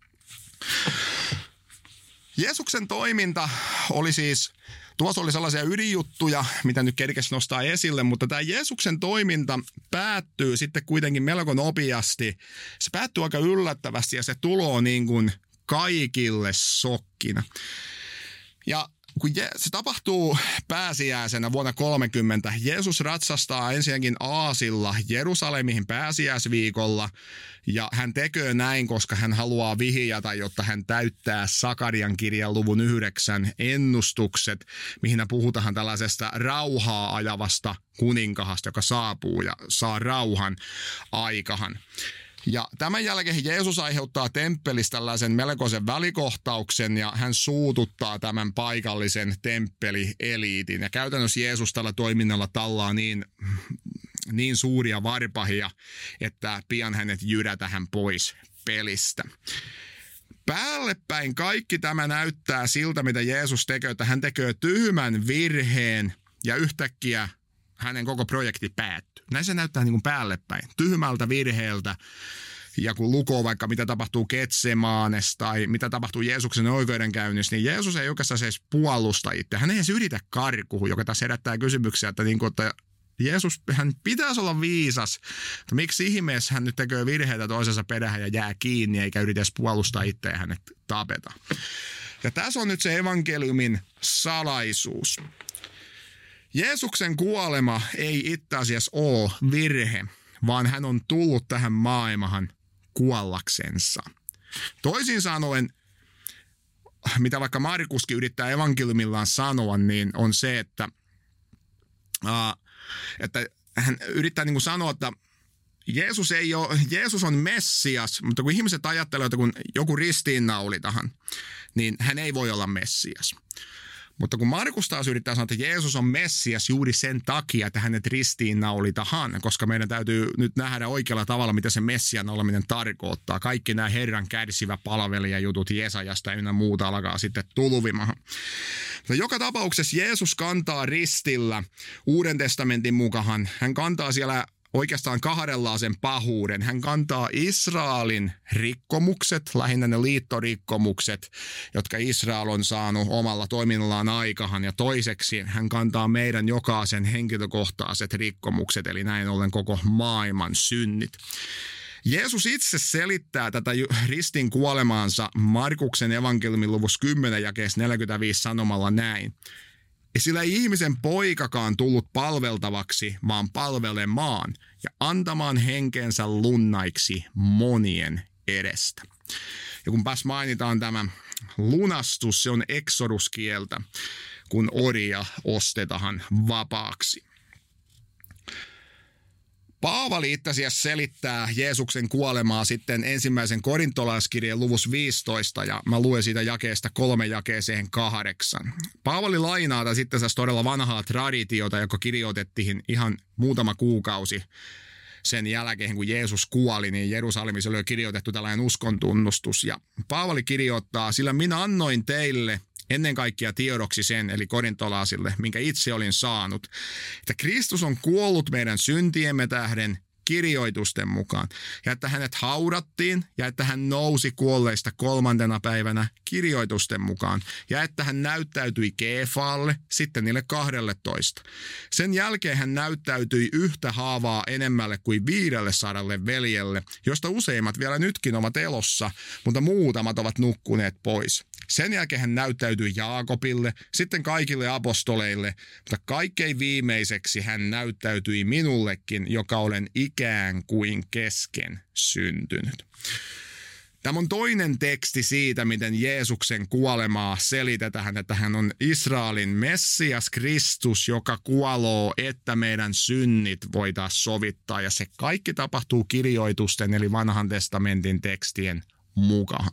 A: Jeesuksen toiminta oli siis, tuossa oli sellaisia ydinjuttuja, mitä nyt kerkesi nostaa esille, mutta tämä Jeesuksen toiminta päättyy sitten kuitenkin melko nopeasti. Se päättyy aika yllättävästi ja se tuloo niin kuin kaikille sokkina. Ja kun se tapahtuu pääsiäisenä vuonna kolmekymmentä, Jeesus ratsastaa ensinnäkin aasilla Jerusalemiin pääsiäisviikolla, ja hän tekee näin, koska hän haluaa vihjata, jotta hän täyttää Sakarian kirjan luvun yhdeksän ennustukset, mihin puhutaan tällaisesta rauhaa ajavasta kuninkahasta, joka saapuu ja saa rauhan aikahan. Ja tämän jälkeen Jeesus aiheuttaa temppelistä tällaisen melkoisen välikohtauksen ja hän suututtaa tämän paikallisen temppelieliitin. Ja käytännössä Jeesus tällä toiminnalla tallaa niin, niin suuria varpahia, että pian hänet jyrätään pois pelistä. Päällepäin kaikki tämä näyttää siltä, mitä Jeesus tekee, että hän tekee tyhmän virheen ja yhtäkkiä hänen koko projekti päättyy. Näin se näyttää niin kuin päällepäin. Tyhmältä virheeltä ja kun lukoo vaikka mitä tapahtuu Getsemaanes tai mitä tapahtuu Jeesuksen oikeudenkäynnissä, niin Jeesus ei oikeastaan edes puolusta itse. Hän ei edes yritä karkuun, joka tässä herättää kysymyksiä, että, niin kuin, että Jeesus, hän pitäisi olla viisas, mutta miksi ihmeessä hän nyt tekee virheitä toisensa perään ja jää kiinni eikä yritä edes puolustaa itse ja hänet tapeta. Ja tässä on nyt se evankeliumin salaisuus. Jeesuksen kuolema ei itse asiassa ole virhe, vaan hän on tullut tähän maailmaan kuollaksensa. Toisin sanoen, mitä vaikka Markuskin yrittää evankeliumillaan sanoa, niin on se, että, uh, että hän yrittää niin kuin sanoa, että Jeesus, ei ole, Jeesus on Messias, mutta kun ihmiset ajattelevat, että kun joku ristiinnaulitahan, niin hän ei voi olla Messias. Mutta kun Markus taas yrittää sanoa, että Jeesus on Messias juuri sen takia, että hänet ristiinnaulitahan, koska meidän täytyy nyt nähdä oikealla tavalla, mitä se Messian oleminen tarkoittaa. Kaikki nämä Herran kärsivä palvelijajutut Jesajasta ynnä muuta alkaa sitten tuluvimahan. Mutta joka tapauksessa Jeesus kantaa ristillä Uuden testamentin mukaan. Hän kantaa siellä oikeastaan kahdenlaisen pahuuden. Hän kantaa Israelin rikkomukset, lähinnä ne liittorikkomukset, jotka Israel on saanut omalla toiminnallaan aikahan. Ja toiseksi hän kantaa meidän jokaisen henkilökohtaiset rikkomukset, eli näin ollen koko maailman synnit. Jeesus itse selittää tätä ristin kuolemaansa Markuksen evankeliumin luvussa kymmenen jakeessa neljäkymmentäviisi sanomalla näin. Sillä ei ihmisen poikakaan tullut palveltavaksi, vaan palvelemaan ja antamaan henkensä lunnaiksi monien edestä. Ja kun pääs mainitaan tämä lunastus, se on eksoduskieltä, kun orja ostetaan vapaaksi. Paavali itse asiassa selittää Jeesuksen kuolemaa sitten ensimmäisen korintolaiskirjeen luvussa viisitoista, ja mä luen siitä jakeesta kolme jakeeseen kahdeksan. Paavali lainaa tässä sitten todella vanhaa traditiota, joka kirjoitettiin ihan muutama kuukausi sen jälkeen, kun Jeesus kuoli, niin Jerusalemissa oli kirjoitettu tällainen uskontunnustus. Ja Paavali kirjoittaa, sillä minä annoin teille ennen kaikkea tiedoksi sen, eli korintolaisille, minkä itse olin saanut, että Kristus on kuollut meidän syntiemme tähden kirjoitusten mukaan, ja että hänet haudattiin, ja että hän nousi kuolleista kolmantena päivänä kirjoitusten mukaan, ja että hän näyttäytyi Keefaalle, sitten niille kahdelletoista. Sen jälkeen hän näyttäytyi yhtä haavaa enemmälle kuin viidelle sadalle veljelle, josta useimmat vielä nytkin ovat elossa, mutta muutamat ovat nukkuneet pois. Sen jälkeen hän näyttäytyi Jaakobille, sitten kaikille apostoleille, mutta kaikkein viimeiseksi hän näyttäytyi minullekin, joka olen ikään kuin kesken syntynyt. Tämä on toinen teksti siitä, miten Jeesuksen kuolemaa selitetään, että hän on Israelin Messias Kristus, joka kuoloo, että meidän synnit voitaisiin sovittaa. Ja se kaikki tapahtuu kirjoitusten eli vanhan testamentin tekstien mukaan.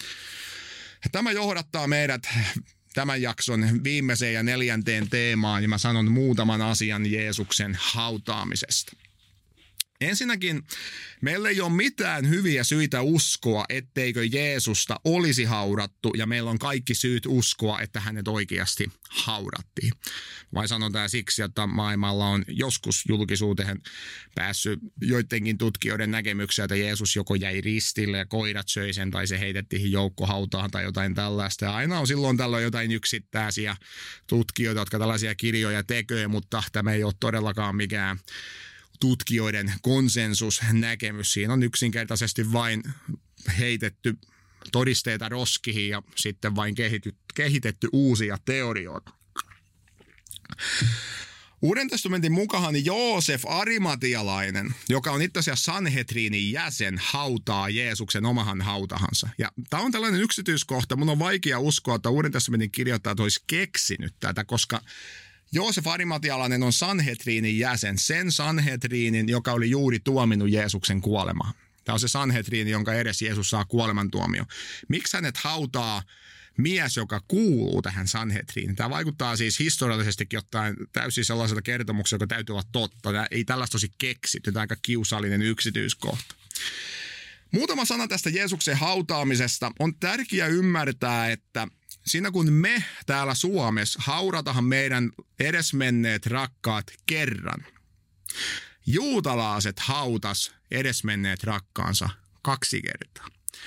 A: Tämä johdattaa meidät tämän jakson viimeiseen ja neljänteen teemaan, ja mä sanon muutaman asian Jeesuksen hautaamisesta. Ensinnäkin meillä ei ole mitään hyviä syitä uskoa, etteikö Jeesusta olisi haudattu, ja meillä on kaikki syyt uskoa, että hänet oikeasti haudattiin. Vai sanon tämä siksi, että maailmalla on joskus julkisuuteen päässyt joidenkin tutkijoiden näkemyksiä, että Jeesus joko jäi ristille ja koirat söi sen, tai se heitettiin joukkohautaan tai jotain tällaista. Ja aina on silloin tällöin jotain yksittäisiä tutkijoita, jotka tällaisia kirjoja tekee, mutta tämä ei ole todellakaan mikään tutkijoiden konsensusnäkemys. Siinä on yksinkertaisesti vain heitetty todisteita roskiin ja sitten vain kehitetty, kehitetty uusia teorioita. Uuden testamentin mukaan Joosef Arimatialainen, joka on itse asiassa Sanhedrinin jäsen, hautaa Jeesuksen omahan hautahansa. Ja tämä on tällainen yksityiskohta. Mun on vaikea uskoa, että Uuden testamentin kirjoittajat olisi keksinyt tätä, koska Joosef Arimatialainen on Sanhedrinin jäsen, sen Sanhedrinin, joka oli juuri tuominut Jeesuksen kuolemaan. Tämä on se Sanhedrini, jonka edessä Jeesus saa kuolemantuomio. Miksi hänet hautaa mies, joka kuuluu tähän Sanhedriiniin? Tämä vaikuttaa siis historiallisestikin ottaen täysin sellaiselta kertomukselta, joka täytyy olla totta. Tämä ei tällaista tosi keksitty, tämä aika kiusallinen yksityiskohta. Muutama sana tästä Jeesuksen hautaamisesta. On tärkeää ymmärtää, että siinä kun me täällä Suomessa haudatahan meidän edesmenneet rakkaat kerran, juutalaiset hautas edesmenneet rakkaansa kaksi kertaa.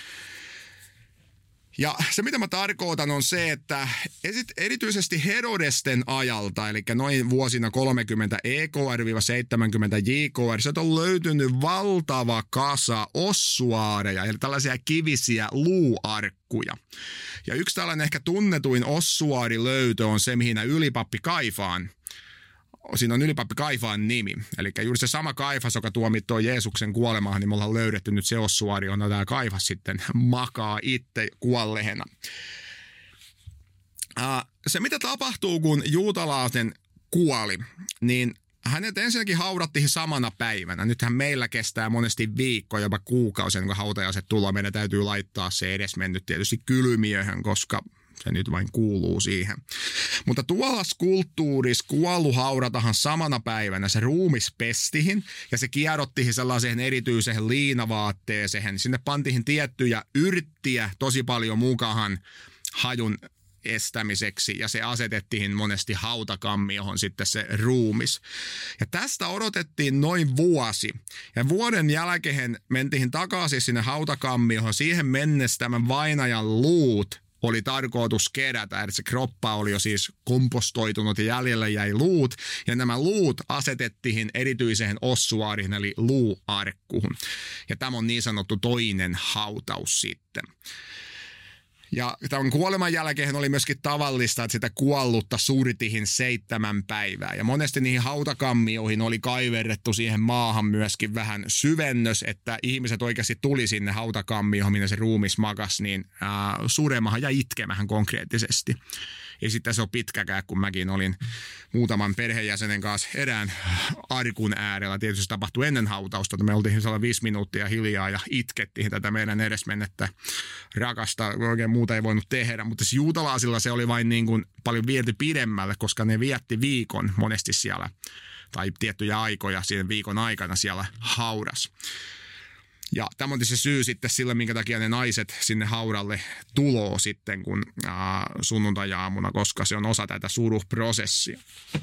A: Ja se, mitä mä tarkoitan, on se, että erityisesti Herodesten ajalta, eli noin vuosina kolmekymmentä E K R seitsemänkymmentä J K R, sieltä on löytynyt valtava kasa ossuaareja, eli tällaisia kivisiä luuarkkuja. Ja yksi tällainen ehkä tunnetuin ossuaarilöytö on se, mihin ylipappi Kaifaan. Siinä on ylipappi Kaifaan nimi. Eli juuri se sama Kaifas, joka tuomittoi Jeesuksen kuolemahan, niin me ollaan löydetty nyt se ossuaari, on tämä Kaifas sitten makaa itse kuolleena. Se, mitä tapahtuu, kun juutalainen kuoli, niin hänet ensinnäkin haudattiin samana päivänä. Nythän meillä kestää monesti viikko, jopa kuukausi, kun hautajaiset tulee. Meidän täytyy laittaa se edesmennyt tietysti kylmiöhön, koska se nyt vain kuuluu siihen. Mutta tuolla kulttuurissa kuollu haudatahan samana päivänä. Se ruumis pestihin ja se kierrottiin sellaiseen erityiseen liinavaatteeseen. Sinne pantiin tiettyjä yrttiä tosi paljon mukaan hajun estämiseksi ja se asetettiin monesti hautakammioon sitten se ruumis. Ja tästä odotettiin noin vuosi. Ja vuoden jälkeen mentiin takaisin sinne hautakammioon. Siihen mennessä tämän vainajan luut oli tarkoitus kerätä, että se kroppa oli jo siis kompostoitunut ja jäljellä jäi luut. Ja nämä luut asetettiin erityiseen ossuaariin eli luuarkkuun. Ja tämä on niin sanottu toinen hautaus sitten. Ja tämän kuoleman jälkeen oli myöskin tavallista, että sitä kuollutta surtihin seitsemän päivää. Ja monesti niihin hautakammioihin oli kaiverrettu siihen maahan myöskin vähän syvennös, että ihmiset oikeasti tuli sinne hautakammioon, minne se ruumis makas, niin ää, suremahan ja itkemähän konkreettisesti. Ja sitten se on pitkäkään, kun mäkin olin muutaman perheenjäsenen kanssa erään arkun äärellä. Tietysti se tapahtui ennen hautausta, että me oltiin sellainen viisi minuuttia hiljaa ja itkettiin tätä meidän edesmennettä rakasta. Oikein muuta ei voinut tehdä, mutta siis juutalaisilla se oli vain niin kuin paljon viety pidemmälle, koska ne vietti viikon monesti siellä tai tiettyjä aikoja siinä viikon aikana siellä haudas. Ja tämä on se syy sitten sille, minkä takia ne naiset sinne haudalle tuloo sitten kun ää, sunnuntai-aamuna, koska se on osa tätä suruprosessia.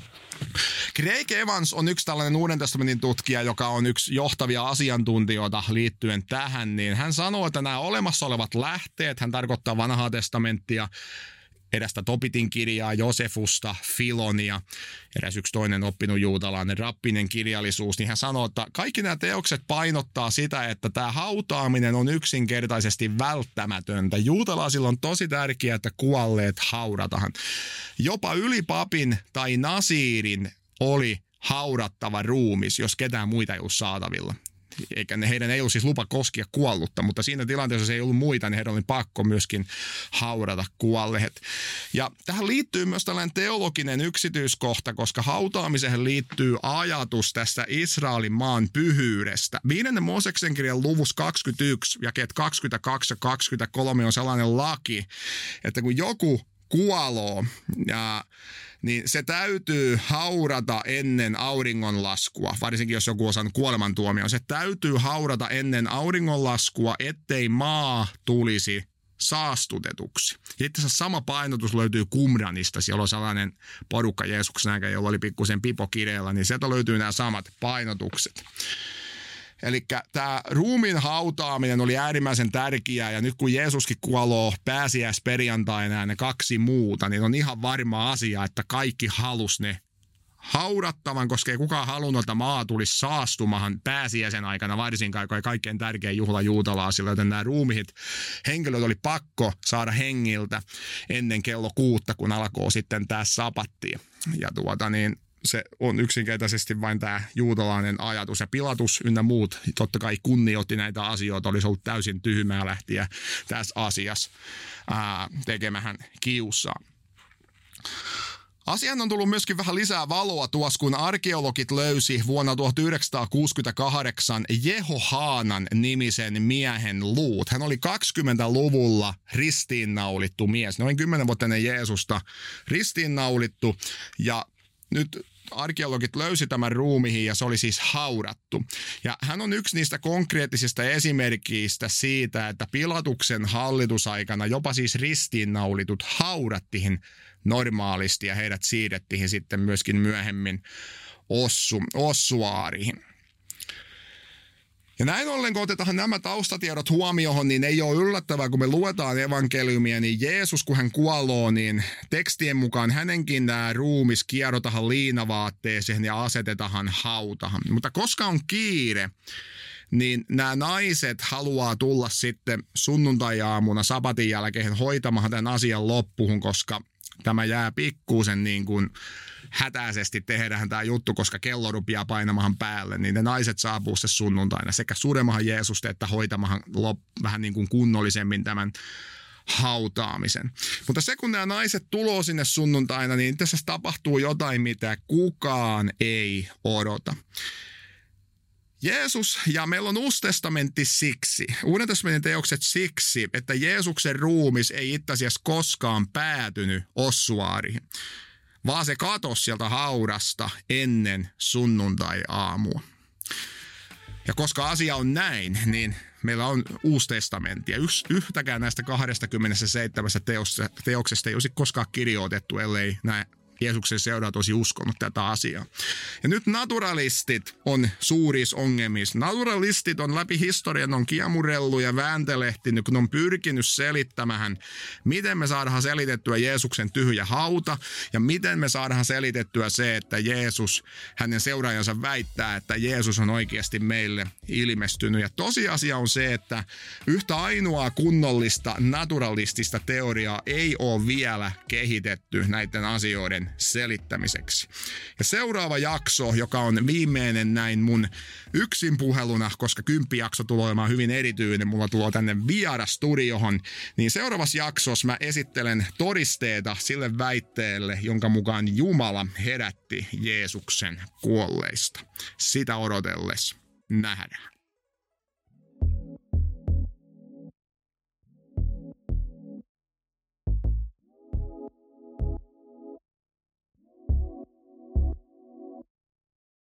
A: Craig Evans on yksi tällainen Uuden testamentin tutkija, joka on yksi johtavia asiantuntijoita liittyen tähän. Niin hän sanoo, että nämä olemassa olevat lähteet, hän tarkoittaa vanhaa testamenttia, erästä Tobitin kirjaa, Josefusta, Filonia, eräs yksi toinen oppinut juutalainen rappinen kirjallisuus, niin hän sanoo, että kaikki nämä teokset painottaa sitä, että tämä hautaaminen on yksinkertaisesti välttämätöntä. Juutalaisilla on tosi tärkeää, että kuolleet haudataan. Jopa ylipapin tai nasiirin oli haudattava ruumis, jos ketään muita ei ollut saatavilla. Eikä ne, heidän ei ollut siis lupa koskea kuollutta, mutta siinä tilanteessa se ei ollut muita, niin heidän oli pakko myöskin haudata kuolleet. Ja tähän liittyy myös tällainen teologinen yksityiskohta, koska hautaamiseen liittyy ajatus tästä Israelin maan pyhyydestä. Viidennen Mooseksen kirjan luvussa kaksikymmentäyksi, jakeet kaksikymmentäkaksi ja kaksikymmentäkolme on sellainen laki, että kun joku kuoloo ja niin se täytyy haudata ennen auringonlaskua, varsinkin jos joku on saanut kuolemantuomion. Se täytyy haudata ennen auringonlaskua, ettei maa tulisi saastutetuksi. Ja itse asiassa sama painotus löytyy Qumranista. Siellä on sellainen porukka Jeesuksen aika, jolla oli pikkusen pipo kireellä, niin sieltä löytyy nämä samat painotukset. Eli tämä ruumiin hautaaminen oli äärimmäisen tärkeää, ja nyt kun Jeesuskin kuoloo pääsiäisperjantaina ne kaksi muuta, niin on ihan varma asia, että kaikki halus ne haudattavan, koska ei kukaan halunnut, että maa tulisi saastumahan pääsiäisen aikana, varsinkaan kun ei kaikkein tärkein juhla juutalaisilla, joten nämä ruumiit henkilöt oli pakko saada hengiltä ennen kello kuutta, kun alkoi sitten tämä sapatti. Ja tuota niin, se on yksinkertaisesti vain tämä juutalainen ajatus ja Pilatus ynnä muut. Totta kai kunnioitti näitä asioita, olisi ollut täysin tyhmää lähtiä tässä asiassa ää, tekemähän kiusaa. Asiaan on tullut myöskin vähän lisää valoa tuossa, kun arkeologit löysi vuonna tuhatyhdeksänsataakuusikymmentäkahdeksan Jehohaanan nimisen miehen luut. Hän oli kaksikymmentäluvulla ristiinnaulittu mies, noin kymmenen vuotta ennen Jeesusta ristiinnaulittu, ja nyt arkeologit löysi tämän ruumiin ja se oli siis haudattu. Ja hän on yksi niistä konkreettisista esimerkistä siitä, että Pilatuksen hallitusaikana jopa siis ristiinnaulitut haudattiin normaalisti ja heidät siirrettiin sitten myöskin myöhemmin ossu, ossuaariin. Ja näin ollen, kun otetaan nämä taustatiedot huomioon, niin ei ole yllättävää, kun me luetaan evankeliumia, niin Jeesus, kun hän kuoloo, niin tekstien mukaan hänenkin nämä ruumis kiedotahan liinavaatteeseen ja asetetahan hautahan. Mutta koska on kiire, niin nämä naiset haluaa tulla sitten sunnuntai-aamuna sabatin jälkeen hoitamaan tämän asian loppuun, koska tämä jää pikkuusen niin kuin hätäisesti tehdään tämä juttu, koska kello rupeaa painamahan päälle, niin ne naiset saapuu se sunnuntaina sekä suremahan Jeesusta että hoitamahan lop- vähän niin kuin kunnollisemmin tämän hautaamisen. Mutta se, kun nämä naiset tuloo sinne sunnuntaina, niin tässä tapahtuu jotain, mitä kukaan ei odota. Jeesus, ja meillä on Uusi testamentti siksi, Uuden testamentin teokset siksi, että Jeesuksen ruumis ei itse asiassa koskaan päätynyt ossuaariin, vaan se katosi sieltä haudasta ennen sunnuntai-aamua. Ja koska asia on näin, niin meillä on Uusi testamentti. Ja yhtäkään näistä kaksikymmentäseitsemän teoksesta ei olisi koskaan kirjoitettu, ellei näin Jeesuksen seuraajat olisi uskonut tätä asiaa. Ja nyt naturalistit on suurissa ongelmissa. Naturalistit on läpi historian on kiemurellut ja vääntelehtinyt, kun on pyrkinyt selittämään, miten me saadaan selitettyä Jeesuksen tyhjä hauta ja miten me saadaan selitettyä se, että Jeesus, hänen seuraajansa väittää, että Jeesus on oikeasti meille ilmestynyt. Ja tosiasia on se, että yhtä ainoaa kunnollista naturalistista teoriaa ei ole vielä kehitetty näiden asioiden selittämiseksi. Ja seuraava jakso, joka on viimeinen näin mun yksin puheluna, koska kymppijakso tulee olemaan hyvin erityinen, mulla tulee tänne vieras studiohon, niin seuraavassa jaksossa mä esittelen todisteita sille väitteelle, jonka mukaan Jumala herätti Jeesuksen kuolleista. Sitä odotellessa nähdään.